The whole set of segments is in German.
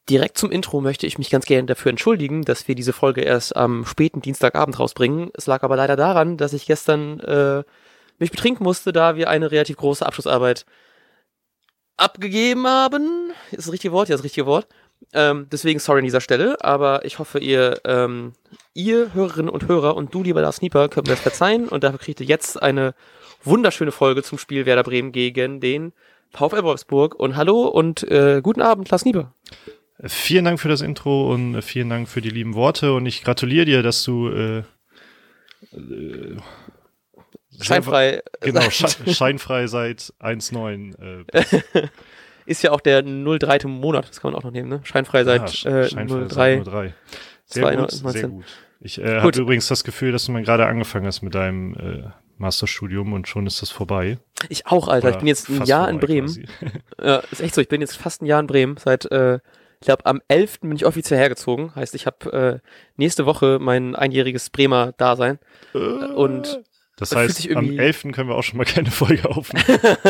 Direkt zum Intro möchte ich mich ganz gerne dafür entschuldigen, dass wir diese Folge erst am späten Dienstagabend rausbringen. Es lag aber leider daran, dass ich gestern mich betrinken musste, da wir eine relativ große Abschlussarbeit abgegeben haben. Ist das richtige Wort? Ja, das richtige Wort. Deswegen sorry an dieser Stelle, aber ich hoffe, ihr Hörerinnen und Hörer und du, lieber Lars Nieper, könnt mir das verzeihen und dafür kriegt ihr jetzt eine wunderschöne Folge zum Spiel Werder Bremen gegen den VfL Wolfsburg. Und hallo und guten Abend, Lars Nieper. Vielen Dank für das Intro und vielen Dank für die lieben Worte und ich gratuliere dir, dass du scheinfrei scheinfrei seit 1,9 bist. Ist ja auch der 03. Monat, das kann man auch noch nehmen, ne? Scheinfrei seit scheinfrei 03. Sehr gut, sehr gut. Ich habe übrigens das Gefühl, dass du mal gerade angefangen hast mit deinem Masterstudium und schon ist das vorbei. Ich auch, Alter. Ich bin jetzt ein Jahr in Bremen. Ja, ist echt so. Ich bin jetzt fast ein Jahr in Bremen. Seit, ich glaube, am 11. bin ich offiziell hergezogen. Heißt, ich habe nächste Woche mein einjähriges Bremer Dasein. Und das heißt, am 11. können wir auch schon mal keine Folge aufnehmen.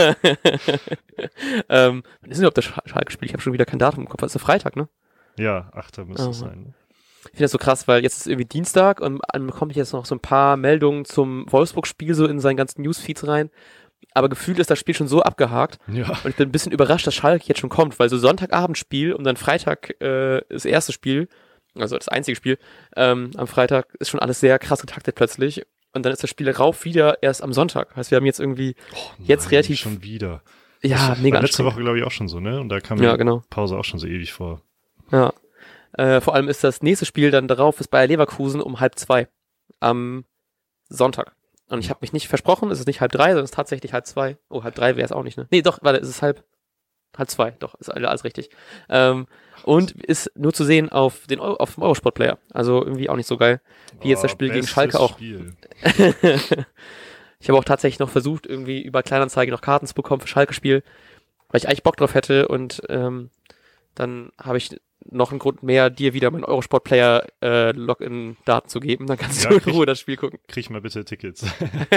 Wann ist denn überhaupt das Schalke-Spiel? Ich habe schon wieder kein Datum im Kopf. Das ist der Freitag, ne? Ja, 8. müsste es sein. Ich finde das so krass, weil jetzt ist irgendwie Dienstag und dann bekomme ich jetzt noch so ein paar Meldungen zum Wolfsburg-Spiel so in seinen ganzen Newsfeeds rein. Aber gefühlt ist das Spiel schon so abgehakt. Ja. Und ich bin ein bisschen überrascht, dass Schalke jetzt schon kommt, weil so Sonntagabendspiel und dann Freitag das erste Spiel, also das einzige Spiel, am Freitag ist schon alles sehr krass getaktet plötzlich. Und dann ist das Spiel darauf wieder erst am Sonntag. Heißt, wir haben jetzt irgendwie jetzt relativ... schon wieder. Ja, das mega letzte Woche, glaube ich, auch schon so, ne? Und da kam die Pause auch schon so ewig vor. Ja. Vor allem ist das nächste Spiel dann darauf, ist Bayer Leverkusen um 1:30 am Sonntag. Und ich habe mich nicht versprochen, es ist nicht 1:30, sondern es ist tatsächlich 1:30. Oh, 1:30 wäre es auch nicht, ne? Nee, doch, warte, es ist 1:30, doch, ist alles richtig. Und ist nur zu sehen auf dem Eurosport-Player. Also irgendwie auch nicht so geil, wie jetzt das Spiel gegen Schalke auch. Ich habe auch tatsächlich noch versucht, irgendwie über Kleinanzeigen noch Karten zu bekommen für Schalke-Spiel, weil ich eigentlich Bock drauf hätte und dann habe ich noch einen Grund mehr, dir wieder meinen Eurosport-Player Login-Daten zu geben. Dann kannst du in Ruhe das Spiel gucken. Krieg mal bitte Tickets.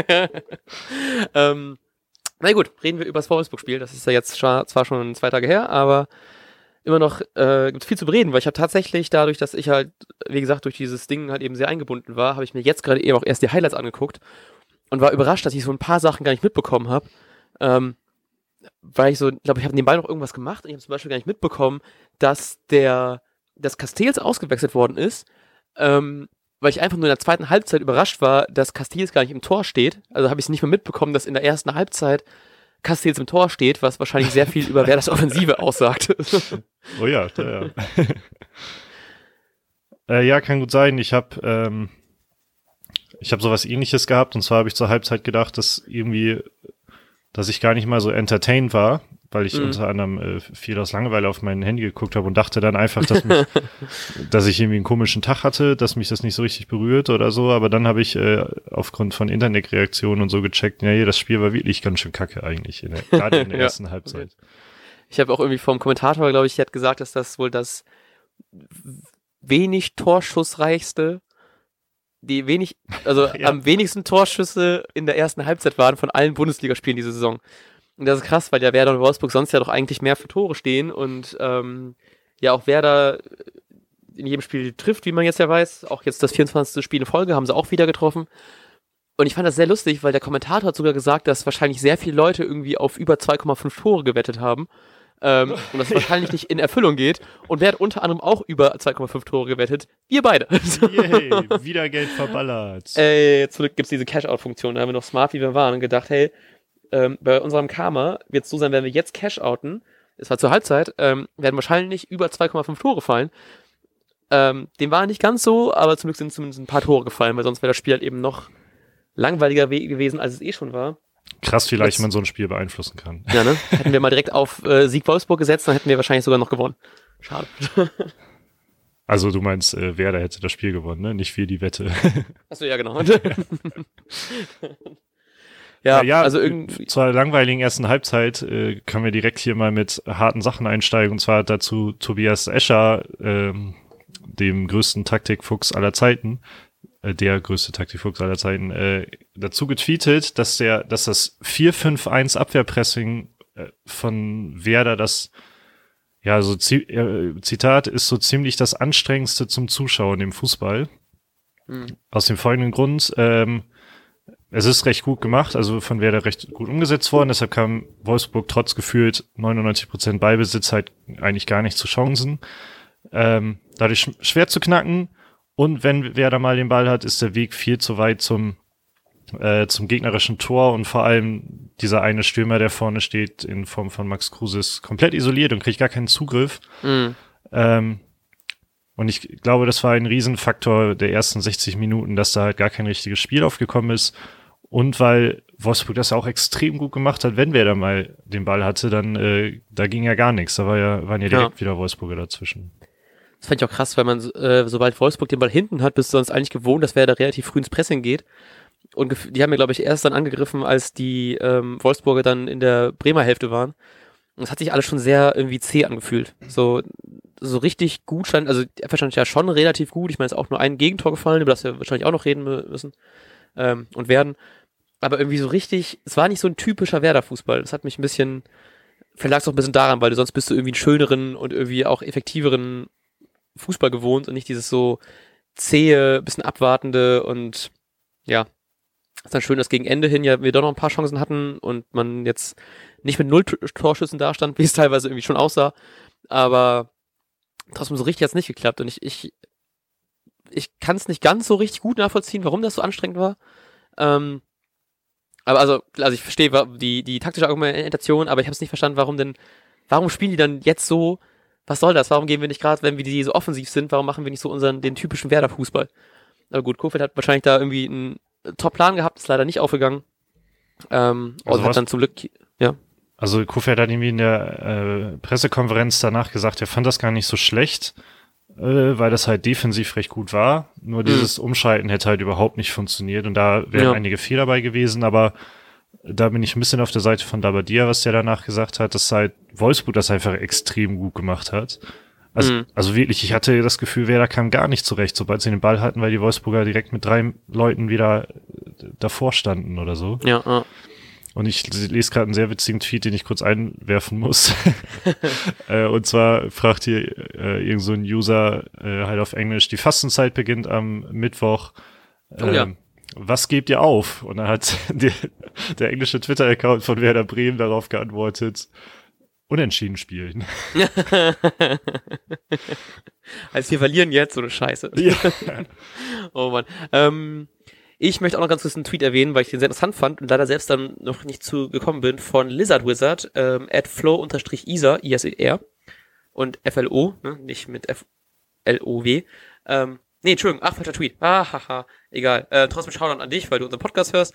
Na gut, reden wir über das Wolfsburg-Spiel. Das ist ja jetzt zwar schon 2 Tage her, aber immer noch gibt es viel zu bereden, weil ich habe tatsächlich dadurch, dass ich halt, wie gesagt, durch dieses Ding halt eben sehr eingebunden war, habe ich mir jetzt gerade eben auch erst die Highlights angeguckt und war überrascht, dass ich so ein paar Sachen gar nicht mitbekommen habe. Weil ich glaube, ich habe nebenbei noch irgendwas gemacht und ich habe zum Beispiel gar nicht mitbekommen, dass Castells ausgewechselt worden ist, weil ich einfach nur in der zweiten Halbzeit überrascht war, dass Castells gar nicht im Tor steht. Also habe ich es nicht mehr mitbekommen, dass in der ersten Halbzeit Castells im Tor steht, was wahrscheinlich sehr viel über Werders Offensive aussagt. Oh ja, ja, kann gut sein. Ich habe sowas Ähnliches gehabt und zwar habe ich zur Halbzeit gedacht, dass ich gar nicht mal so entertained war, weil ich unter anderem viel aus Langeweile auf mein Handy geguckt habe und dachte dann einfach, dass ich irgendwie einen komischen Tag hatte, dass mich das nicht so richtig berührt oder so, aber dann habe ich aufgrund von Internetreaktionen und so gecheckt, ja, das Spiel war wirklich ganz schön kacke eigentlich, gerade in der ersten Halbzeit. Okay. Ich habe auch irgendwie vom Kommentator, glaube ich, der hat gesagt, dass das wohl das wenig torschussreichste am wenigsten Torschüsse in der ersten Halbzeit waren von allen Bundesligaspielen diese Saison. Und das ist krass, weil ja Werder und Wolfsburg sonst ja doch eigentlich mehr für Tore stehen und ja auch Werder in jedem Spiel trifft, wie man jetzt ja weiß. Auch jetzt das 24. Spiel in Folge haben sie auch wieder getroffen. Und ich fand das sehr lustig, weil der Kommentator hat sogar gesagt, dass wahrscheinlich sehr viele Leute irgendwie auf über 2,5 Tore gewettet haben. Und das wahrscheinlich nicht in Erfüllung geht. Und wer hat unter anderem auch über 2,5 Tore gewettet? Wir beide. Yay, wieder Geld verballert. Zum Glück gibt's diese Cash-Out-Funktion. Da haben wir noch smart, wie wir waren, und gedacht, hey, bei unserem Karma wird es so sein, wenn wir jetzt Cash-Outen, es war zur Halbzeit, werden wahrscheinlich über 2,5 Tore fallen. Dem war nicht ganz so, aber zum Glück sind zumindest ein paar Tore gefallen, weil sonst wäre das Spiel halt eben noch langweiliger gewesen, als es eh schon war. Krass, wie leicht man so ein Spiel beeinflussen kann. Ja, ne? Hätten wir mal direkt auf Sieg Wolfsburg gesetzt, dann hätten wir wahrscheinlich sogar noch gewonnen. Schade. Also du meinst, Werder hätte das Spiel gewonnen, ne? Nicht wir die Wette. Achso, ja, genau. Ja, also irgendwie. Zur langweiligen ersten Halbzeit können wir direkt hier mal mit harten Sachen einsteigen. Und zwar hat dazu Tobias Escher, dem größten Taktikfuchs aller Zeiten, der größte Taktikfuchs aller Zeiten, dazu getweetet, dass das 4-5-1 Abwehrpressing von Werder das Ja, also Zitat ist so ziemlich das Anstrengendste zum Zuschauen im Fußball. Aus dem folgenden Grund, es ist recht gut gemacht, also von Werder recht gut umgesetzt worden, deshalb kam Wolfsburg trotz gefühlt 99% Ballbesitz halt eigentlich gar nicht zu Chancen. Dadurch schwer zu knacken und wenn Werder mal den Ball hat, ist der Weg viel zu weit zum gegnerischen Tor und vor allem dieser eine Stürmer, der vorne steht, in Form von Max Kruse, ist komplett isoliert und kriegt gar keinen Zugriff. Und ich glaube, das war ein Riesenfaktor der ersten 60 Minuten, dass da halt gar kein richtiges Spiel aufgekommen ist. Und weil Wolfsburg das auch extrem gut gemacht hat, wenn Werder mal den Ball hatte, dann da ging ja gar nichts. Da waren ja direkt wieder Wolfsburger dazwischen. Das fand ich auch krass, weil man, sobald Wolfsburg den Ball hinten hat, bist du sonst eigentlich gewohnt, dass Werder relativ früh ins Pressing geht. Und die haben ja, glaube ich, erst dann angegriffen, als die Wolfsburger dann in der Bremer Hälfte waren. Und es hat sich alles schon sehr irgendwie zäh angefühlt. So richtig gut also der stand ja schon relativ gut. Ich meine, es ist auch nur ein Gegentor gefallen, über das wir wahrscheinlich auch noch reden müssen und werden. Aber irgendwie so richtig, es war nicht so ein typischer Werder-Fußball. Das hat mich vielleicht lag es auch ein bisschen daran, weil sonst bist du irgendwie einen schöneren und irgendwie auch effektiveren Fußball gewohnt und nicht dieses so zähe, bisschen abwartende und ja, ist dann schön, dass gegen Ende hin ja wir doch noch ein paar Chancen hatten und man jetzt nicht mit 0 Torschüssen dastand, wie es teilweise irgendwie schon aussah, aber trotzdem so richtig hat es nicht geklappt und ich kann es nicht ganz so richtig gut nachvollziehen, warum das so anstrengend war. Aber also ich verstehe die taktische Argumentation, aber ich habe es nicht verstanden, warum spielen die dann jetzt so, was soll das? Warum gehen wir nicht gerade, wenn wir die so offensiv sind, warum machen wir nicht so den typischen Werder-Fußball? Aber gut, Kofeld hat wahrscheinlich da irgendwie einen Top-Plan gehabt, ist leider nicht aufgegangen. Also hat dann zum Glück, ja. Also Kofeld hat irgendwie in der Pressekonferenz danach gesagt, er fand das gar nicht so schlecht, weil das halt defensiv recht gut war. Nur dieses Umschalten hätte halt überhaupt nicht funktioniert und da wären einige Fehler bei gewesen, aber da bin ich ein bisschen auf der Seite von Labadia, was der danach gesagt hat, dass halt Wolfsburg das einfach extrem gut gemacht hat. Also wirklich, ich hatte das Gefühl, Werder kam gar nicht zurecht, sobald sie den Ball hatten, weil die Wolfsburger direkt mit 3 Leuten wieder davor standen oder so. Ja. Und ich lese gerade einen sehr witzigen Tweet, den ich kurz einwerfen muss. Und zwar fragt hier irgend so ein User halt auf Englisch, die Fastenzeit beginnt am Mittwoch. Was gebt ihr auf? Und dann hat der englische Twitter-Account von Werder Bremen darauf geantwortet, unentschieden spielen. Also wir verlieren jetzt, so eine Scheiße. Ja. Oh Mann. Ich möchte auch noch ganz kurz einen Tweet erwähnen, weil ich den sehr interessant fand und leider selbst dann noch nicht zu gekommen bin, von Lizard Wizard, @flow_isa, ISER und FLO, ne, nicht mit FLOW. Nee, Entschuldigung, falscher Tweet. Egal. Trotzdem Shoutout an dich, weil du unseren Podcast hörst.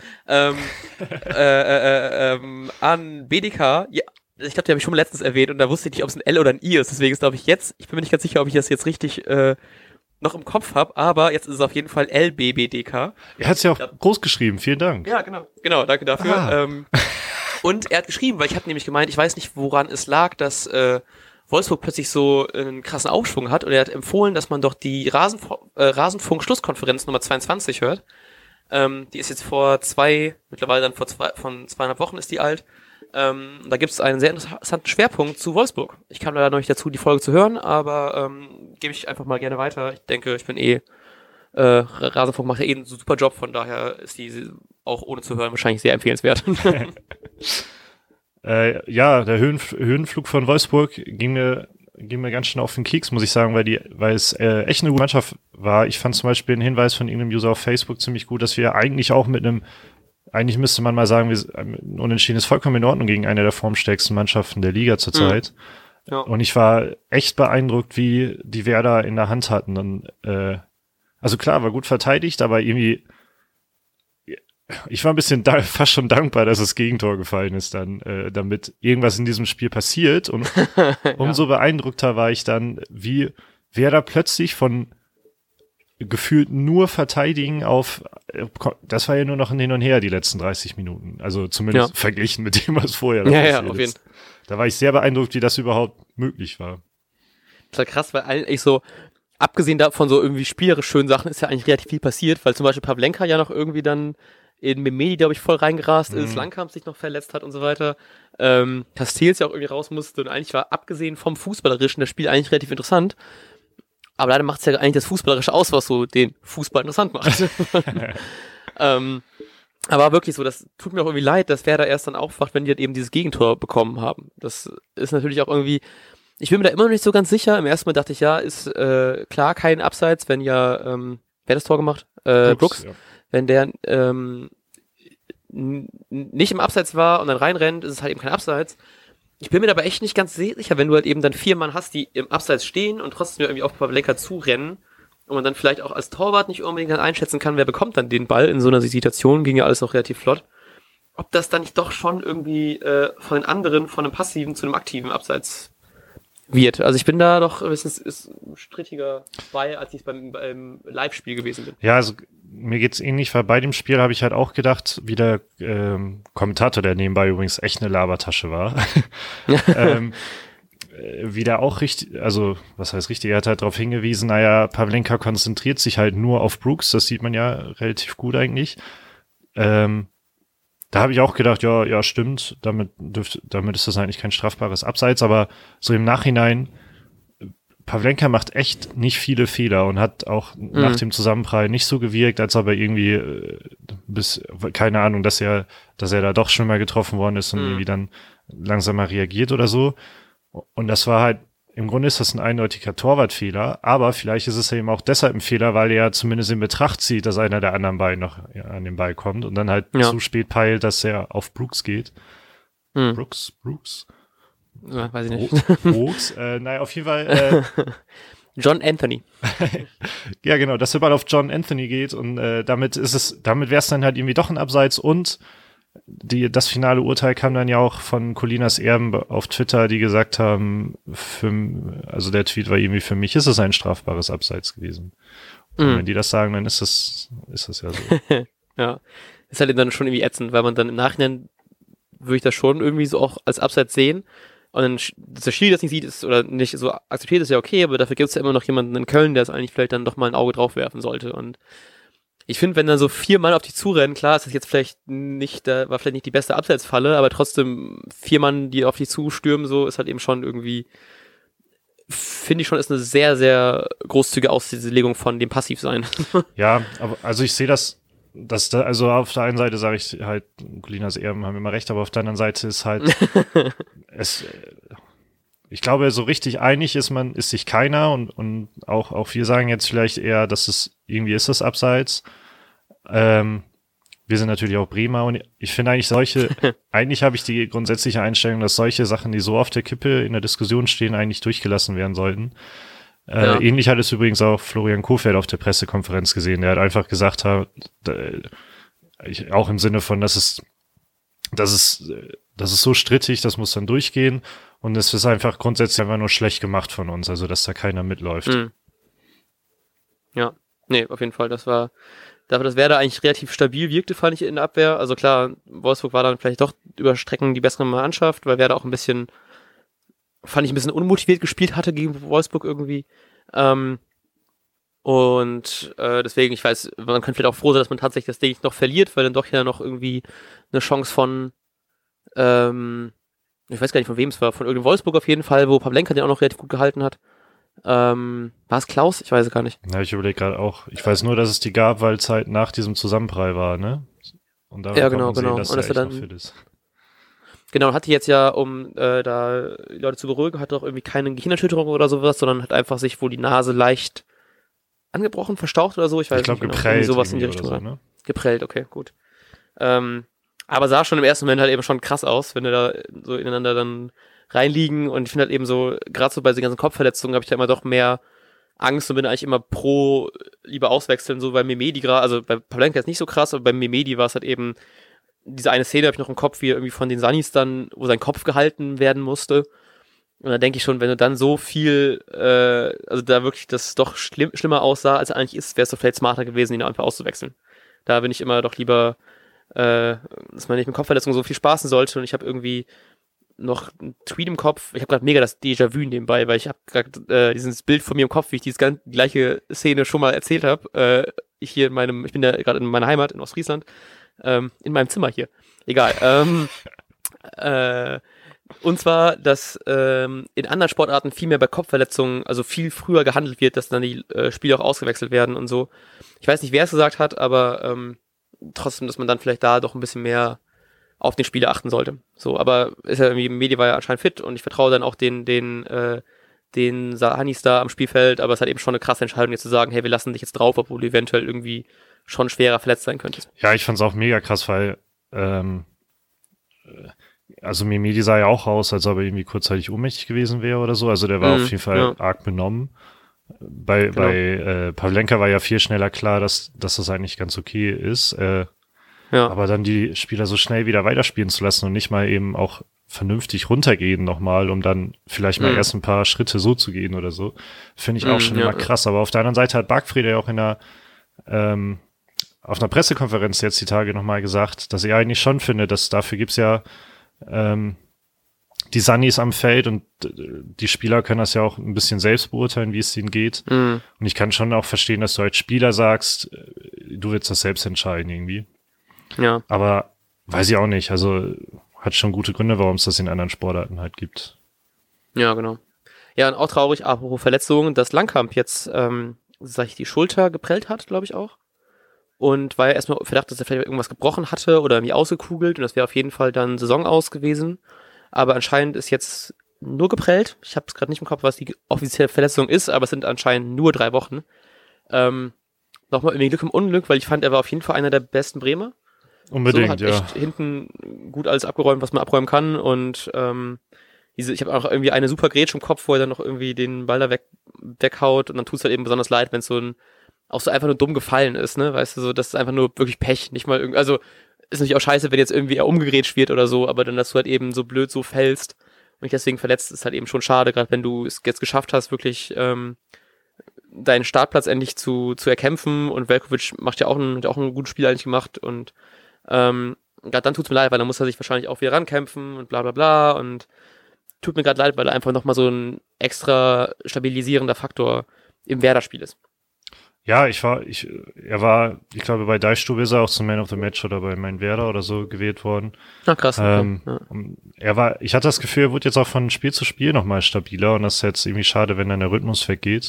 An BDK, ja, ich glaube, die habe ich schon mal letztens erwähnt und da wusste ich nicht, ob es ein L oder ein I ist. Deswegen ist, glaube ich, ich bin mir nicht ganz sicher, ob ich das jetzt richtig noch im Kopf habe, aber jetzt ist es auf jeden Fall LBBDK. Er hat es ja auch groß geschrieben, vielen Dank. Ja, genau, danke dafür. Und er hat geschrieben, weil ich hatte nämlich gemeint, ich weiß nicht, woran es lag, dass Wolfsburg plötzlich so einen krassen Aufschwung hat und er hat empfohlen, dass man doch die Rasenfunk-Schlusskonferenz Nummer 22 hört. Die ist jetzt mittlerweile dann von 2,5 Wochen ist die alt. Da gibt es einen sehr interessanten Schwerpunkt zu Wolfsburg. Ich kam leider noch nicht dazu, die Folge zu hören, aber gebe ich einfach mal gerne weiter. Ich denke, ich bin Rasenfunk macht ja einen super Job, von daher ist die auch ohne zu hören wahrscheinlich sehr empfehlenswert. Ja, der Höhenflug von Wolfsburg ging mir ganz schön auf den Keks, muss ich sagen, weil es echt eine gute Mannschaft war. Ich fand zum Beispiel einen Hinweis von irgendeinem User auf Facebook ziemlich gut, dass wir eigentlich auch eigentlich müsste man mal sagen, ein Unentschieden ist vollkommen in Ordnung gegen eine der formstärksten Mannschaften der Liga zurzeit. Ja. Und ich war echt beeindruckt, wie die Werder in der Hand hatten. Und, also klar, war gut verteidigt, aber irgendwie ich war ein bisschen fast schon dankbar, dass das Gegentor gefallen ist dann, damit irgendwas in diesem Spiel passiert. Und umso beeindruckter war ich dann, wie Werder plötzlich von gefühlt nur verteidigen das war ja nur noch ein Hin und Her die letzten 30 Minuten. Also zumindest verglichen mit dem, was vorher passiert auf jeden ist. Da war ich sehr beeindruckt, wie das überhaupt möglich war. Das war krass, weil eigentlich so, abgesehen davon so irgendwie spielerisch schönen Sachen, ist ja eigentlich relativ viel passiert, weil zum Beispiel Pavlenka ja noch irgendwie dann in Memedi, glaube ich, voll reingerast ist, Langkamp sich noch verletzt hat und so weiter, Castells ja auch irgendwie raus musste und eigentlich war, abgesehen vom Fußballerischen, das Spiel eigentlich relativ interessant, aber leider macht es ja eigentlich das Fußballerische aus, was so den Fußball interessant macht. Aber wirklich so, das tut mir auch irgendwie leid, dass Werder erst dann aufwacht, wenn die halt eben dieses Gegentor bekommen haben. Das ist natürlich auch irgendwie, ich bin mir da immer noch nicht so ganz sicher. Im ersten Mal dachte ich, ja, ist klar kein Abseits, wenn ja, wer hat das Tor gemacht? Brooks. Ja. Wenn der nicht im Abseits war und dann reinrennt, ist es halt eben kein Abseits. Ich bin mir aber echt nicht ganz sicher, wenn du halt eben dann 4 Mann hast, die im Abseits stehen und trotzdem irgendwie auf Pavlenka zurennen und man dann vielleicht auch als Torwart nicht unbedingt dann einschätzen kann, wer bekommt dann den Ball in so einer Situation, ging ja alles noch relativ flott. Ob das dann nicht doch schon irgendwie von den anderen, von einem passiven zu einem aktiven Abseits wird. Also ich bin da doch ein bisschen strittiger bei, als ich es beim Live-Spiel gewesen bin. Ja, also mir geht's ähnlich, weil bei dem Spiel habe ich halt auch gedacht, wie der Kommentator, der nebenbei übrigens echt eine Labertasche war, wie der auch richtig, also was heißt richtig, er hat halt darauf hingewiesen, naja, Pavlenka konzentriert sich halt nur auf Brooks, das sieht man ja relativ gut eigentlich. Da habe ich auch gedacht, ja, stimmt, damit ist das eigentlich kein strafbares Abseits, aber so im Nachhinein, Pavlenka macht echt nicht viele Fehler und hat auch nach dem Zusammenprall nicht so gewirkt, als ob er irgendwie keine Ahnung, dass er da doch schon mal getroffen worden ist und irgendwie dann langsamer reagiert oder so. Und das war halt, im Grunde ist das ein eindeutiger Torwartfehler, aber vielleicht ist es eben auch deshalb ein Fehler, weil er zumindest in Betracht zieht, dass einer der anderen beiden noch an den Ball kommt und dann halt zu spät peilt, dass er auf Brooks geht. Brooks? Ja, weiß ich nicht. Brooks? Naja, auf jeden Fall. John Anthony. Ja, genau, dass der Ball auf John Anthony geht und damit wäre es dann halt irgendwie doch ein Abseits und das finale Urteil kam dann ja auch von Colinas Erben auf Twitter, die gesagt haben, also der Tweet war irgendwie, für mich ist es ein strafbares Abseits gewesen. Und wenn die das sagen, dann ist das ja so. Ja, ist halt dann schon irgendwie ätzend, weil man dann im Nachhinein würde ich das schon irgendwie so auch als Abseits sehen und dann, dass der Schiri das nicht sieht ist oder nicht so akzeptiert, ist ja okay, aber dafür gibt es ja immer noch jemanden in Köln, der es eigentlich vielleicht dann doch mal ein Auge drauf werfen sollte und ich finde, wenn dann so 4 Mann auf dich zurennen, klar, ist das jetzt vielleicht nicht, da war vielleicht nicht die beste Abseitsfalle, aber trotzdem 4 Mann, die auf dich zustürmen, so ist halt eben schon irgendwie, finde ich schon, ist eine sehr, sehr großzügige Auslegung von dem Passivsein. Ja, aber also ich sehe also auf der einen Seite sage ich halt, Colinas Erben haben immer recht, aber auf der anderen Seite ist halt, ich glaube, so richtig einig ist sich keiner und auch wir sagen jetzt vielleicht eher, dass es irgendwie ist das Abseits. Wir sind natürlich auch Bremer und ich finde eigentlich habe ich die grundsätzliche Einstellung, dass solche Sachen, die so auf der Kippe in der Diskussion stehen, eigentlich durchgelassen werden sollten. Ja. Ähnlich hat es übrigens auch Florian Kohfeldt auf der Pressekonferenz gesehen. Der hat einfach gesagt, auch im Sinne von, das ist so strittig, das muss dann durchgehen und es ist einfach grundsätzlich einfach nur schlecht gemacht von uns, also dass da keiner mitläuft. Ja, nee, auf jeden Fall, dafür, dass Werder eigentlich relativ stabil wirkte, fand ich in der Abwehr, also klar, Wolfsburg war dann vielleicht doch über Strecken die bessere Mannschaft, weil Werder auch ein bisschen unmotiviert gespielt hatte gegen Wolfsburg irgendwie, und deswegen, ich weiß, man kann vielleicht auch froh sein, dass man tatsächlich das Ding nicht noch verliert, weil dann doch ja noch irgendwie eine Chance von ich weiß gar nicht, von wem es war, von irgendeinem Wolfsburg auf jeden Fall, wo Pavlenka den auch noch relativ gut gehalten hat. War es Klaus? Ich weiß es gar nicht. Ja, ich überlege gerade auch. Ich weiß nur, dass es die gab, weil es halt nach diesem Zusammenprall war, ne? Und da ja, genau. Sehen, dass und dass er dann noch fit ist. Genau, und hatte jetzt ja, um da die Leute zu beruhigen, hat auch irgendwie keine Gehirnerschütterung oder sowas, sondern hat einfach sich wohl die Nase leicht angebrochen, verstaucht oder so. Ich weiß nicht genau. Geprellt sowas in die Richtung. So, ne? Geprellt, okay, gut. Aber sah schon im ersten Moment halt eben schon krass aus, wenn wir da so ineinander dann reinliegen und ich finde halt eben so, gerade so bei diesen ganzen Kopfverletzungen habe ich da immer doch mehr Angst und bin eigentlich immer pro lieber auswechseln, so bei Memedi gerade, also bei Pavlenka ist nicht so krass, aber bei Memedi war es halt eben, diese eine Szene habe ich noch im Kopf, wie er irgendwie von den Sunnis dann, wo sein Kopf gehalten werden musste. Und da denke ich schon, wenn du dann so viel, also da wirklich das doch schlimmer aussah, als er eigentlich ist, wäre es doch vielleicht smarter gewesen, ihn einfach auszuwechseln. Da bin ich immer doch lieber, dass man nicht mit Kopfverletzungen so viel spaßen sollte und ich habe irgendwie noch einen Tweet im Kopf, ich habe gerade mega das Déjà-vu nebenbei, weil ich habe gerade dieses Bild von mir im Kopf, wie ich die gleiche Szene schon mal erzählt habe, ich bin ja gerade in meiner Heimat in Ostfriesland, In meinem Zimmer hier. Egal. Und zwar, dass in anderen Sportarten viel mehr bei Kopfverletzungen, also viel früher gehandelt wird, dass dann die Spieler auch ausgewechselt werden und so. Ich weiß nicht, wer es gesagt hat, aber trotzdem, dass man dann vielleicht da doch ein bisschen mehr auf den Spieler achten sollte. So, aber ist ja irgendwie, Medi war ja anscheinend fit und ich vertraue dann auch den Sahanis da am Spielfeld, aber es ist halt eben schon eine krasse Entscheidung, jetzt zu sagen, hey, wir lassen dich jetzt drauf, obwohl du eventuell irgendwie schon schwerer verletzt sein könntest. Ja, ich fand's auch mega krass, weil also Medi sah ja auch aus, als ob er irgendwie kurzzeitig ohnmächtig gewesen wäre oder so. Also der war auf jeden Fall arg benommen. Bei Pavlenka war ja viel schneller klar, dass das eigentlich ganz okay ist. Aber dann die Spieler so schnell wieder weiterspielen zu lassen und nicht mal eben auch vernünftig runtergehen nochmal, um dann vielleicht mal erst ein paar Schritte so zu gehen oder so, finde ich auch schon immer krass. Aber auf der anderen Seite hat Bargfrede ja auch auf einer Pressekonferenz jetzt die Tage nochmal gesagt, dass er eigentlich schon findet, dass dafür gibt's ja die Sunnies am Feld und die Spieler können das ja auch ein bisschen selbst beurteilen, wie es ihnen geht. Und ich kann schon auch verstehen, dass du als Spieler sagst, du willst das selbst entscheiden irgendwie. Ja. Aber weiß ich auch nicht. Also hat schon gute Gründe, warum es das in anderen Sportarten halt gibt. Ja, genau. Ja, und auch traurig, apropos Verletzungen, dass Langkamp jetzt, die Schulter geprellt hat, glaube ich auch. Und war ja erstmal verdacht, dass er vielleicht irgendwas gebrochen hatte oder irgendwie ausgekugelt und das wäre auf jeden Fall dann Saison aus gewesen. Aber anscheinend ist jetzt nur geprellt. Ich habe es gerade nicht im Kopf, was die offizielle Verletzung ist, aber es sind anscheinend nur 3 Wochen. Nochmal irgendwie Glück im Unglück, weil ich fand, er war auf jeden Fall einer der besten Bremer. Unbedingt, so, hat echt hinten gut alles abgeräumt, was man abräumen kann und ich habe auch irgendwie eine super Grätsche im Kopf, wo er dann noch irgendwie den Ball da weghaut und dann tut's halt eben besonders leid, wenn es auch so einfach nur dumm gefallen ist, ne, weißt du, so, das ist einfach nur wirklich Pech, nicht mal irgendwie, also ist natürlich auch scheiße, wenn jetzt irgendwie er umgegrätscht wird oder so, aber dann, dass du halt eben so blöd so fällst und dich deswegen verletzt, ist halt eben schon schade, gerade wenn du es jetzt geschafft hast, wirklich deinen Startplatz endlich zu erkämpfen und Veljković hat auch ein gutes Spiel eigentlich gemacht und gerade dann tut's mir leid, weil dann muss er sich wahrscheinlich auch wieder rankämpfen und bla bla bla und tut mir gerade leid, weil er einfach nochmal so ein extra stabilisierender Faktor im Werder-Spiel ist. Ja, ich glaube, bei Deichstube ist er auch zum Man of the Match oder bei Mein Werder oder so gewählt worden. Na krass. Okay. Ich hatte das Gefühl, er wurde jetzt auch von Spiel zu Spiel nochmal stabiler und das ist jetzt irgendwie schade, wenn dann der Rhythmus weggeht.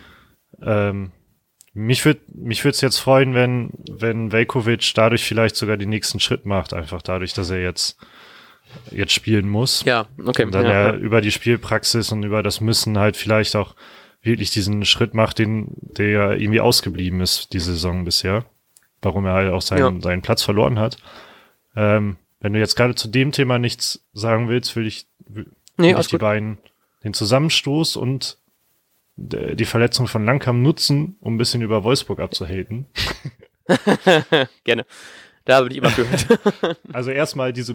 Mich würde es jetzt freuen, wenn Veljković dadurch vielleicht sogar den nächsten Schritt macht, einfach dadurch, dass er jetzt spielen muss. Ja, okay. Und dann er über die Spielpraxis und über das Müssen halt vielleicht auch wirklich diesen Schritt macht, der irgendwie ausgeblieben ist, die Saison bisher. Warum er halt auch seinen Platz verloren hat. Wenn du jetzt gerade zu dem Thema nichts sagen willst, will ich die beiden den Zusammenstoß und die Verletzung von Langkamp nutzen, um ein bisschen über Wolfsburg abzuhaten. Gerne. Da bin ich immer gehört. Also erstmal diese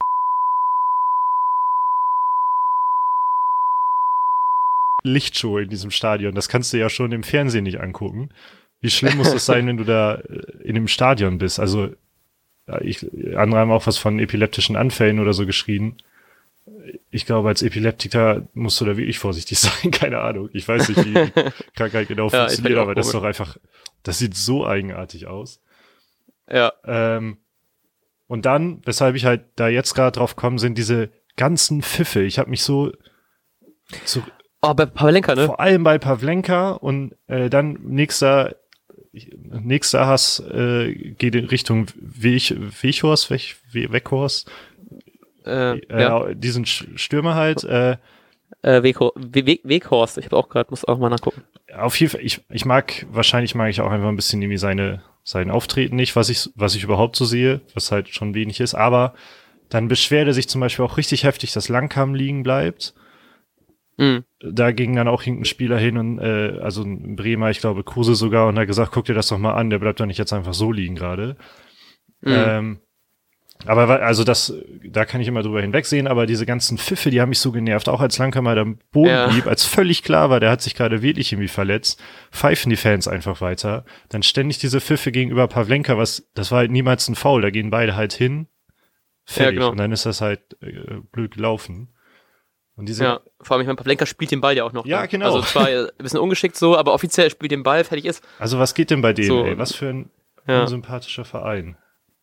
Lichtshow in diesem Stadion, das kannst du ja schon im Fernsehen nicht angucken. Wie schlimm muss das sein, wenn du da in dem Stadion bist? Also andere haben auch was von epileptischen Anfällen oder so geschrien. Ich glaube, als Epileptiker musst du da wirklich vorsichtig sein, keine Ahnung. Ich weiß nicht, wie die Krankheit genau funktioniert, aber das ist doch einfach, das sieht so eigenartig aus. Ja. Und dann, weshalb ich halt da jetzt gerade drauf komme, sind diese ganzen Pfiffe. Ich habe mich so bei Pavlenka, ne? Vor allem bei Pavlenka und dann nächster Hass geht in Richtung Weghorst. Diesen Stürmer halt. Weghorst, ich habe auch gerade, muss auch mal nachgucken. Auf jeden Fall, wahrscheinlich mag ich auch einfach ein bisschen irgendwie sein Auftreten nicht, was ich überhaupt so sehe, was halt schon wenig ist, aber dann beschwert er sich zum Beispiel auch richtig heftig, dass Langkamp liegen bleibt. Da ging dann auch irgendein Spieler hin und also ein Bremer, ich glaube Kruse sogar, und hat gesagt, guck dir das doch mal an, der bleibt doch nicht jetzt einfach so liegen gerade. Aber also da kann ich immer drüber hinwegsehen, aber diese ganzen Pfiffe, die haben mich so genervt, auch als Langkamp mal am Boden blieb, als völlig klar war, der hat sich gerade wirklich irgendwie verletzt, pfeifen die Fans einfach weiter. Dann ständig diese Pfiffe gegenüber Pavlenka, das war halt niemals ein Foul, da gehen beide halt hin, fertig, und dann ist das halt blöd gelaufen. Und vor allem, ich meine, Pavlenka spielt den Ball ja auch noch. Ja, ne? genau. Also zwar ein bisschen ungeschickt so, aber offiziell spielt den Ball, fertig ist. Also was geht denn bei dem, so, ey? Was für ein unsympathischer Verein.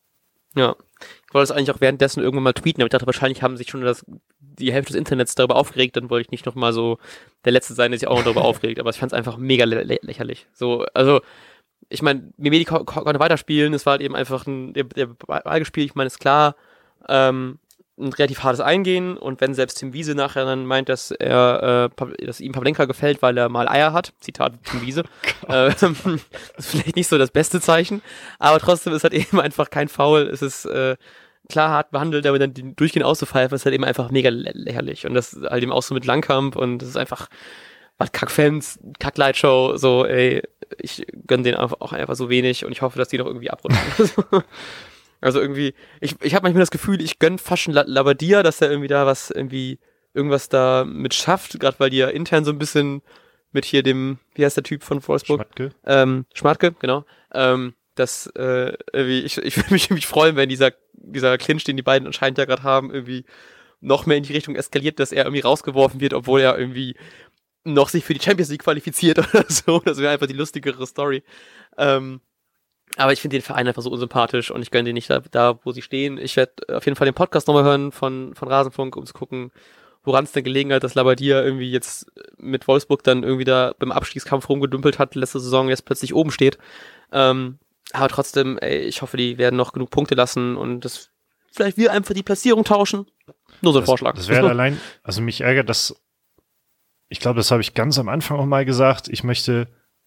Ja. Ich wollte das eigentlich auch währenddessen irgendwann mal tweeten, aber ich dachte, wahrscheinlich haben sich schon die Hälfte des Internets darüber aufgeregt, dann wollte ich nicht nochmal so der Letzte sein, der sich auch noch darüber aufregt, aber ich fand es einfach mega lächerlich. So, also, ich meine, Mimedi konnte weiterspielen, es war halt eben einfach der Ball gespielt, ich meine, ist klar, ein relativ hartes Eingehen, und wenn selbst Tim Wiese nachher dann meint, dass ihm Pavlenka gefällt, weil er mal Eier hat, Zitat Tim Wiese, das ist vielleicht nicht so das beste Zeichen, aber trotzdem ist halt eben einfach kein Foul, es ist klar hart behandelt, aber dann durchgehend auszupfeifen, ist halt eben einfach mega lächerlich, und das halt eben auch so mit Langkamp, und das ist einfach was Kack-Fans, Kack-Lightshow, so, ey, ich gönn denen auch einfach so wenig, und ich hoffe, dass die noch irgendwie abrutschen. Also irgendwie, ich habe manchmal das Gefühl, ich gönn fast schon Labbadia, dass er irgendwie da irgendwas da mit schafft, gerade weil die ja intern so ein bisschen mit hier dem, wie heißt der Typ von Wolfsburg? Schmatke, genau. Ich würde mich irgendwie freuen, wenn dieser Clinch, den die beiden anscheinend ja gerade haben, irgendwie noch mehr in die Richtung eskaliert, dass er irgendwie rausgeworfen wird, obwohl er irgendwie noch sich für die Champions League qualifiziert oder so. Das wäre einfach die lustigere Story. Aber ich finde den Verein einfach so unsympathisch, und ich gönne denen nicht da, wo sie stehen. Ich werde auf jeden Fall den Podcast nochmal hören von Rasenfunk, um zu gucken, woran es denn gelegen hat, dass Labbadia irgendwie jetzt mit Wolfsburg dann irgendwie da beim Abstiegskampf rumgedümpelt hat, letzte Saison jetzt plötzlich oben steht. Aber trotzdem, ey, ich hoffe, die werden noch genug Punkte lassen, und das vielleicht wir einfach die Platzierung tauschen. Nur so ein Vorschlag. Das wäre allein, also mich ärgert das, ich glaube, das habe ich ganz am Anfang auch mal gesagt, ich möchte,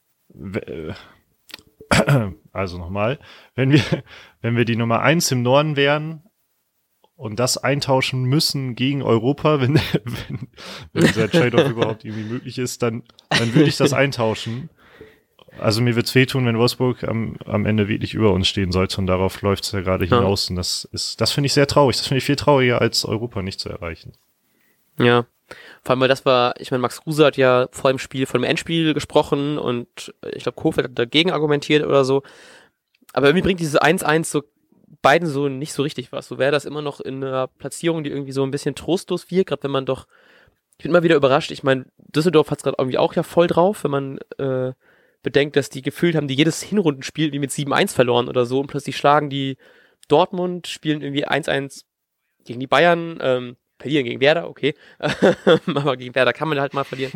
also nochmal, wenn wir die Nummer 1 im Norden wären und das eintauschen müssen gegen Europa, wenn dieser Trade-off überhaupt irgendwie möglich ist, dann würde ich das eintauschen. Also mir wird's wehtun, wenn Wolfsburg am Ende wirklich über uns stehen sollte, und darauf läuft's ja gerade hinaus, und das finde ich sehr traurig. Das finde ich viel trauriger, als Europa nicht zu erreichen. Ja. Vor allem, weil ich meine, Max Kruse hat ja vor dem Spiel von dem Endspiel gesprochen, und ich glaube, Kofeld hat dagegen argumentiert oder so. Aber irgendwie bringt dieses 1-1 so beiden so nicht so richtig was. So wäre das immer noch in einer Platzierung, die irgendwie so ein bisschen trostlos wirkt, gerade wenn man doch, ich bin immer wieder überrascht, ich meine, Düsseldorf hat's gerade irgendwie auch ja voll drauf, wenn man bedenkt, dass die gefühlt haben, die jedes Hinrundenspiel wie mit 7-1 verloren oder so, und plötzlich schlagen die Dortmund, spielen irgendwie 1-1 gegen die Bayern, verlieren gegen Werder, okay. Aber gegen Werder kann man halt mal verlieren.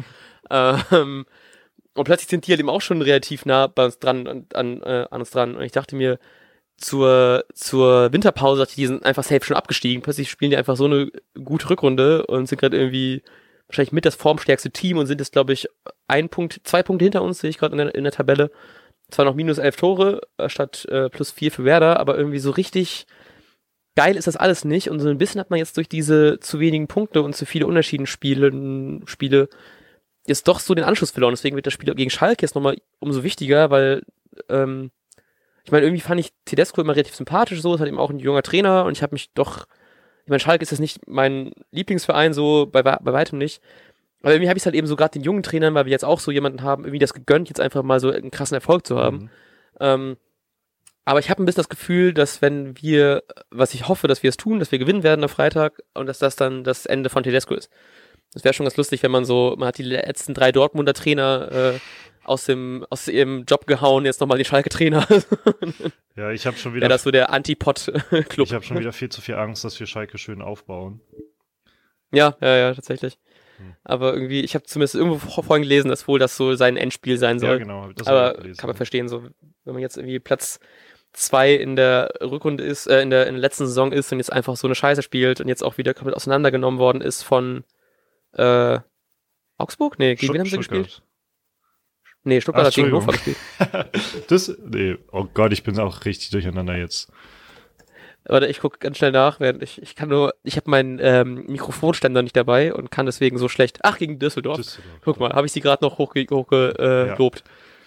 Und plötzlich sind die halt eben auch schon relativ nah bei uns dran und an uns dran. Und ich dachte mir, zur Winterpause dachte ich, die sind einfach safe schon abgestiegen. Plötzlich spielen die einfach so eine gute Rückrunde und sind gerade irgendwie wahrscheinlich mit das formstärkste Team und sind jetzt, glaube ich, 2 Punkte hinter uns, sehe ich gerade in der Tabelle. Zwar noch minus 11 Tore statt plus 4 für Werder, aber irgendwie so richtig geil ist das alles nicht, und so ein bisschen hat man jetzt durch diese zu wenigen Punkte und zu viele Spiele jetzt doch so den Anschluss verloren. Deswegen wird das Spiel gegen Schalke jetzt nochmal umso wichtiger, weil ich meine, irgendwie fand ich Tedesco immer relativ sympathisch, so, ist halt eben auch ein junger Trainer, und ich habe mich doch, ich meine, Schalke ist jetzt nicht mein Lieblingsverein, so bei weitem nicht, aber irgendwie habe ich es halt eben so gerade den jungen Trainern, weil wir jetzt auch so jemanden haben, irgendwie das gegönnt, jetzt einfach mal so einen krassen Erfolg zu haben. Aber ich habe ein bisschen das Gefühl, dass wenn wir, was ich hoffe, dass wir es tun, dass wir gewinnen werden am Freitag, und dass das dann das Ende von Tedesco ist. Das wäre schon ganz lustig, wenn man hat die letzten 3 Dortmunder Trainer aus ihrem Job gehauen, jetzt nochmal die Schalke-Trainer. Ja, ich habe schon wieder... Ja, das ist so der Antipod-Club. Ich habe schon wieder viel zu viel Angst, dass wir Schalke schön aufbauen. Ja, tatsächlich. Aber irgendwie, ich habe zumindest irgendwo vorhin gelesen, dass wohl das so sein Endspiel sein soll. Ja, genau. Das aber kann man verstehen, so, wenn man jetzt irgendwie Platz 2 in der Rückrunde ist, in der letzten Saison ist und jetzt einfach so eine Scheiße spielt und jetzt auch wieder komplett auseinandergenommen worden ist von Augsburg? Nee, gegen wen haben sie gespielt? Nee, Stuttgart hat gegen Hannover gespielt. Oh Gott, ich bin auch richtig durcheinander jetzt. Warte, ich gucke ganz schnell nach, während ich habe meinen Mikrofonständer nicht dabei und kann deswegen so schlecht. Ach, gegen Düsseldorf. Guck mal, habe ich sie gerade noch hochgelobt.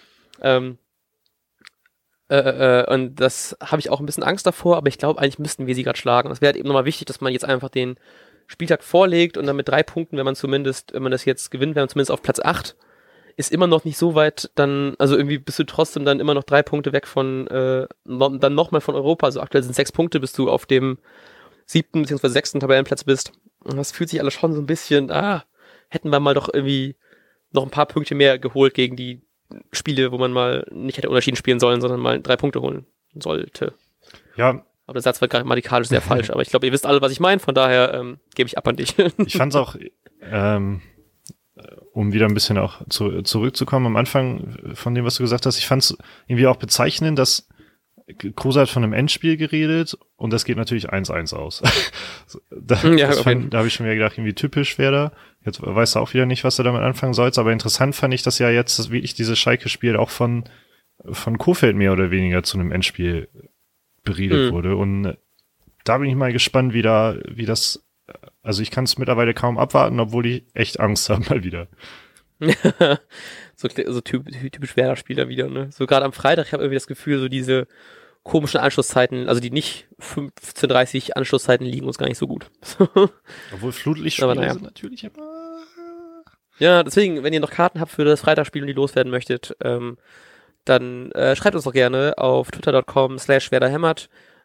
Und das habe ich auch ein bisschen Angst davor, aber ich glaube, eigentlich müssten wir sie gerade schlagen. Und es wäre halt eben nochmal wichtig, dass man jetzt einfach den Spieltag vorlegt und dann mit 3 Punkten, wenn man das jetzt gewinnt, wäre man zumindest auf Platz 8, ist immer noch nicht so weit, dann, also irgendwie bist du trotzdem dann immer noch 3 Punkte weg von, dann nochmal von Europa, also aktuell sind 6 Punkte, bis du auf dem 7. bzw. 6. Tabellenplatz bist. Und das fühlt sich alles schon so ein bisschen, hätten wir mal doch irgendwie noch ein paar Punkte mehr geholt gegen die Spiele, wo man mal nicht hätte unentschieden spielen sollen, sondern mal 3 Punkte holen sollte. Ja, Aber der Satz war grammatikalisch sehr falsch. Aber ich glaube, ihr wisst alle, was ich meine. Von daher gebe ich ab an dich. Ich fand es auch, um wieder ein bisschen auch zurückzukommen am Anfang von dem, was du gesagt hast, ich fand es irgendwie auch bezeichnend, dass Kruse hat von einem Endspiel geredet und das geht natürlich 1-1 aus. Da habe ich schon wieder gedacht, irgendwie typisch Werder. Jetzt weißt du auch wieder nicht, was du damit anfangen sollst, aber interessant fand ich, dass ja jetzt das wirklich dieses Schalke-Spiel auch von Kohfeldt mehr oder weniger zu einem Endspiel beredet wurde und da bin ich mal gespannt, wie das, also ich kann es mittlerweile kaum abwarten, obwohl ich echt Angst habe mal wieder. so typisch Werder-Spieler wieder, ne? So gerade am Freitag, ich habe irgendwie das Gefühl, so diese komischen Anschlusszeiten, also die nicht 15:30 Anschlusszeiten liegen uns gar nicht so gut. Obwohl Flutlichtspiele sind natürlich immer... Ja, deswegen, wenn ihr noch Karten habt für das Freitagsspiel und die loswerden möchtet, dann schreibt uns doch gerne auf twitter.com/werderhämmert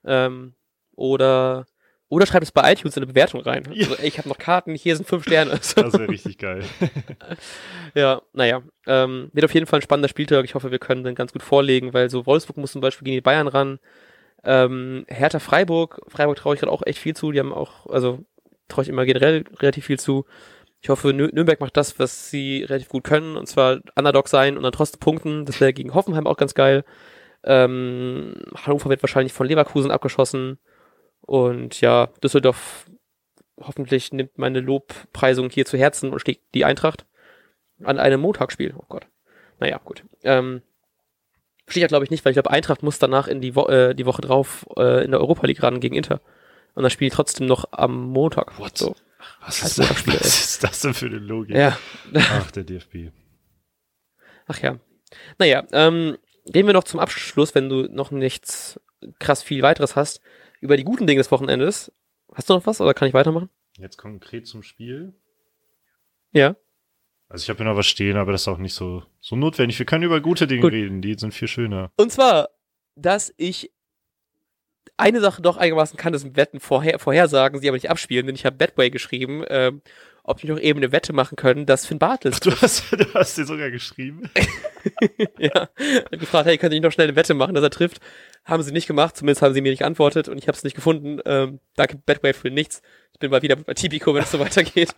oder schreibt es bei iTunes in eine Bewertung rein. Ja. Also, ich habe noch Karten, hier sind 5 Sterne. Das wäre richtig geil. Ja, naja. Wird auf jeden Fall ein spannender Spieltag. Ich hoffe, wir können den ganz gut vorlegen, weil so Wolfsburg muss zum Beispiel gegen die Bayern ran. Hertha Freiburg traue ich gerade auch echt viel zu. Die haben auch, also traue ich immer generell relativ viel zu. Ich hoffe, Nürnberg macht das, was sie relativ gut können, und zwar Underdog sein und dann trotzdem punkten. Das wäre gegen Hoffenheim auch ganz geil. Hannover wird wahrscheinlich von Leverkusen abgeschossen. Und ja, Düsseldorf hoffentlich nimmt meine Lobpreisung hier zu Herzen und schlägt die Eintracht an einem Montagsspiel. Oh Gott. Naja, gut. Verstehe ich glaube ich nicht, weil ich glaube, Eintracht muss danach in die Woche drauf in der Europa League ran gegen Inter. Und dann spiele ich trotzdem noch am Montag. What? So. Was ist das denn für eine Logik? Ja. Ach, der DFB. Ach ja. Naja, gehen wir noch zum Abschluss, wenn du noch nichts krass viel weiteres hast, über die guten Dinge des Wochenendes. Hast du noch was oder kann ich weitermachen? Jetzt konkret zum Spiel. Ja. Also ich habe hier noch was stehen, aber das ist auch nicht so notwendig. Wir können über gute Dinge reden, die sind viel schöner. Und zwar, dass ich eine Sache doch einigermaßen kann, das im Wetten vorhersagen, sie aber nicht abspielen, denn ich habe Betway geschrieben, ob die noch eben eine Wette machen können, dass Finn Bartels... Du hast dir sogar geschrieben? Ja, gefragt, hey, könnt ihr nicht noch schnell eine Wette machen, dass er trifft? Haben sie nicht gemacht, zumindest haben sie mir nicht geantwortet und ich habe es nicht gefunden. Danke Betway für nichts. Ich bin mal wieder bei Tipico, wenn es so weitergeht.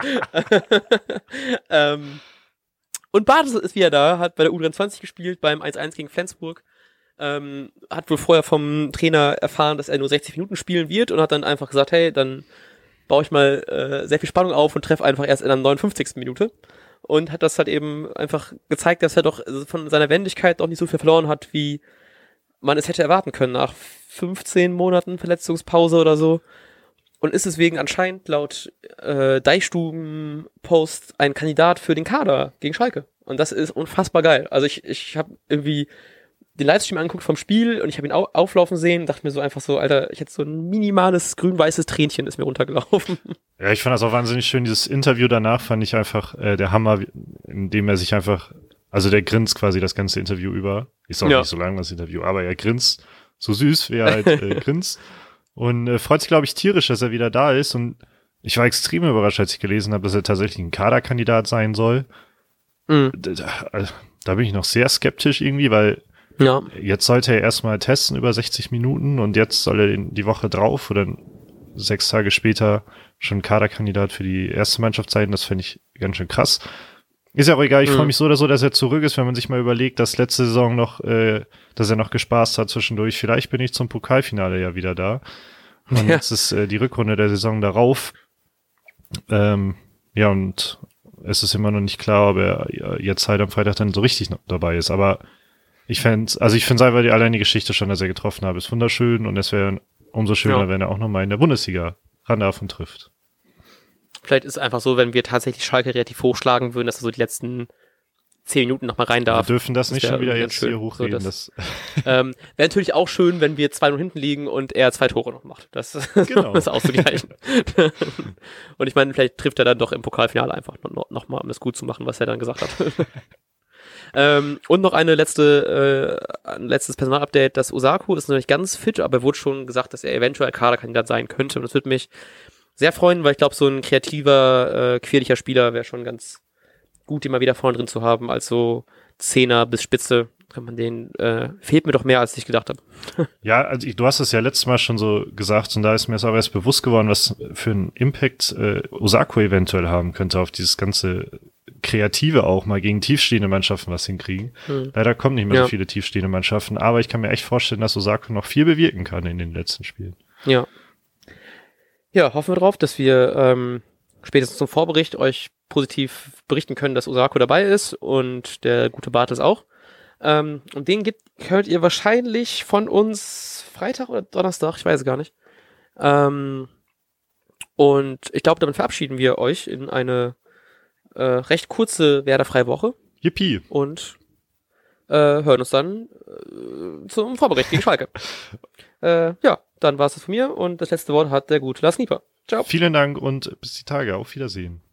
Und Bartels ist wieder da, hat bei der U23 gespielt, beim 1-1 gegen Flensburg. Hat wohl vorher vom Trainer erfahren, dass er nur 60 Minuten spielen wird und hat dann einfach gesagt, hey, dann baue ich mal sehr viel Spannung auf und treffe einfach erst in der 59. Minute. Und hat das halt eben einfach gezeigt, dass er doch von seiner Wendigkeit doch nicht so viel verloren hat, wie man es hätte erwarten können nach 15 Monaten Verletzungspause oder so. Und ist deswegen anscheinend laut Deichstuben-Post ein Kandidat für den Kader gegen Schalke. Und das ist unfassbar geil. Also ich habe irgendwie den Livestream angeguckt vom Spiel und ich habe ihn auflaufen sehen und dachte mir so einfach so, Alter, ich hätte so ein minimales grün-weißes Tränchen ist mir runtergelaufen. Ja, ich fand das auch wahnsinnig schön. Dieses Interview danach fand ich einfach der Hammer, indem er sich einfach, also der grinst quasi das ganze Interview über. Ist auch nicht so lang, das Interview, aber er grinst so süß, wie er halt grinst. Und freut sich, glaube ich, tierisch, dass er wieder da ist. Und ich war extrem überrascht, als ich gelesen habe, dass er tatsächlich ein Kaderkandidat sein soll. Da bin ich noch sehr skeptisch irgendwie, weil jetzt sollte er erstmal testen über 60 Minuten und jetzt soll er die Woche drauf oder 6 Tage später schon Kaderkandidat für die erste Mannschaft sein. Das finde ich ganz schön krass. Ist ja auch egal, ich freue mich so oder so, dass er zurück ist, wenn man sich mal überlegt, dass letzte Saison noch, dass er noch gespaßt hat zwischendurch. Vielleicht bin ich zum Pokalfinale ja wieder da. Und jetzt ist die Rückrunde der Saison darauf. Ja, und es ist immer noch nicht klar, ob er jetzt halt am Freitag dann so richtig noch dabei ist. Aber ich finde es einfach allein die Geschichte schon, dass er getroffen habe, ist wunderschön und es wäre umso schöner, wenn er auch nochmal in der Bundesliga ran darf und trifft. Vielleicht ist es einfach so, wenn wir tatsächlich Schalke relativ hochschlagen würden, dass er so die letzten 10 Minuten nochmal rein darf. Wir dürfen das nicht schon wieder jetzt schön hier hochreden. So, wäre natürlich auch schön, wenn wir 2-0 hinten liegen und er 2 Tore noch macht. Das ist auszugleichen. Und ich meine, vielleicht trifft er dann doch im Pokalfinale einfach nochmal, um das gut zu machen, was er dann gesagt hat. Und noch ein letztes Personalupdate, das Osako ist noch nicht ganz fit, aber wurde schon gesagt, dass er eventuell Kaderkandidat sein könnte und das würde mich sehr freuen, weil ich glaube, so ein kreativer, quirliger Spieler wäre schon ganz gut, den mal wieder vorne drin zu haben, als so Zehner bis Spitze, kann man den, fehlt mir doch mehr, als ich gedacht habe. Ja, also du hast es ja letztes Mal schon so gesagt und da ist mir jetzt auch erst bewusst geworden, was für einen Impact Osako eventuell haben könnte auf dieses ganze Kreative auch mal gegen tiefstehende Mannschaften was hinkriegen. Leider kommen nicht mehr so viele tiefstehende Mannschaften, aber ich kann mir echt vorstellen, dass Osako noch viel bewirken kann in den letzten Spielen. Ja. Ja, hoffen wir drauf, dass wir spätestens zum Vorbericht euch positiv berichten können, dass Osako dabei ist und der gute Bartels auch. Und den könnt ihr wahrscheinlich von uns Freitag oder Donnerstag, ich weiß es gar nicht. Und ich glaube, damit verabschieden wir euch in eine recht kurze Werder-freie Woche. Yippie. Und hören uns dann zum Vorbericht gegen Schalke. Ja, dann war es das von mir und das letzte Wort hat der gute Lars Nieper. Ciao. Vielen Dank und bis die Tage. Auf Wiedersehen.